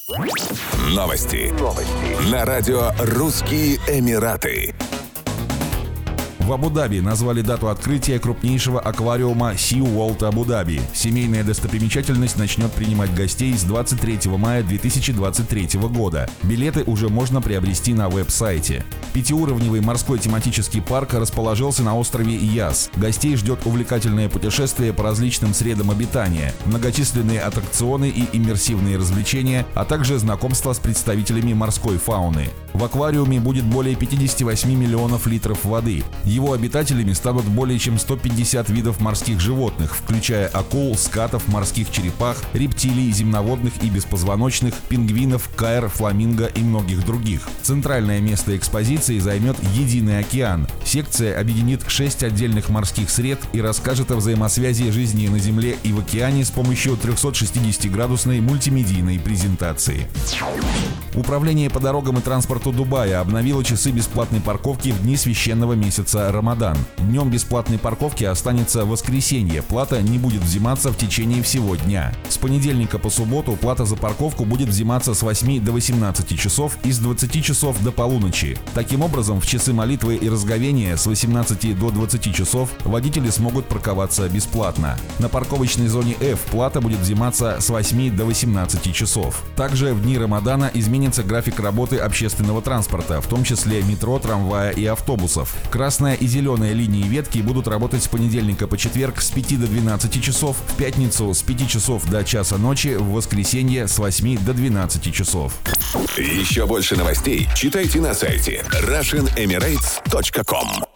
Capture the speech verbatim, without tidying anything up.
Новости. Новости. На радио «Русские Эмираты». В Абу-Даби назвали дату открытия крупнейшего аквариума SeaWorld Абу-Даби. Семейная достопримечательность начнет принимать гостей с двадцать третьего мая две тысячи двадцать третьего года. Билеты уже можно приобрести на веб-сайте. Пятиуровневый морской тематический парк расположился на острове Яс. Гостей ждет увлекательное путешествие по различным средам обитания, многочисленные аттракционы и иммерсивные развлечения, а также знакомство с представителями морской фауны. В аквариуме будет более пятьдесят восемь миллионов литров воды. Его обитателями станут более чем сто пятьдесят видов морских животных, включая акул, скатов, морских черепах, рептилий, земноводных и беспозвоночных, пингвинов, каэр, фламинго и многих других. Центральное место экспозиции займет Единый океан. Секция объединит шесть отдельных морских сред и расскажет о взаимосвязи жизни на Земле и в океане с помощью трехсотшестидесятиградусной мультимедийной презентации. Управление по дорогам и транспорту Дубая обновило часы бесплатной парковки в дни священного месяца Рамадан. Днем бесплатной парковки останется воскресенье. Плата не будет взиматься в течение всего дня. С понедельника по субботу плата за парковку будет взиматься с восьми до восемнадцати часов и с двадцати часов до полуночи. Таким образом, в часы молитвы и разговения с восемнадцати до двадцати часов водители смогут парковаться бесплатно. На парковочной зоне F плата будет взиматься с восьми до восемнадцати часов. Также в дни Рамадана изменится график работы общественного транспорта, в том числе метро, трамвая и автобусов. Красная и зеленая линии ветки будут работать с понедельника по четверг с пяти до двенадцати часов, в пятницу с пяти часов до часа ночи, в воскресенье с восьми до двенадцати часов. Еще больше новостей читайте на сайте Russian Emirates точка ком.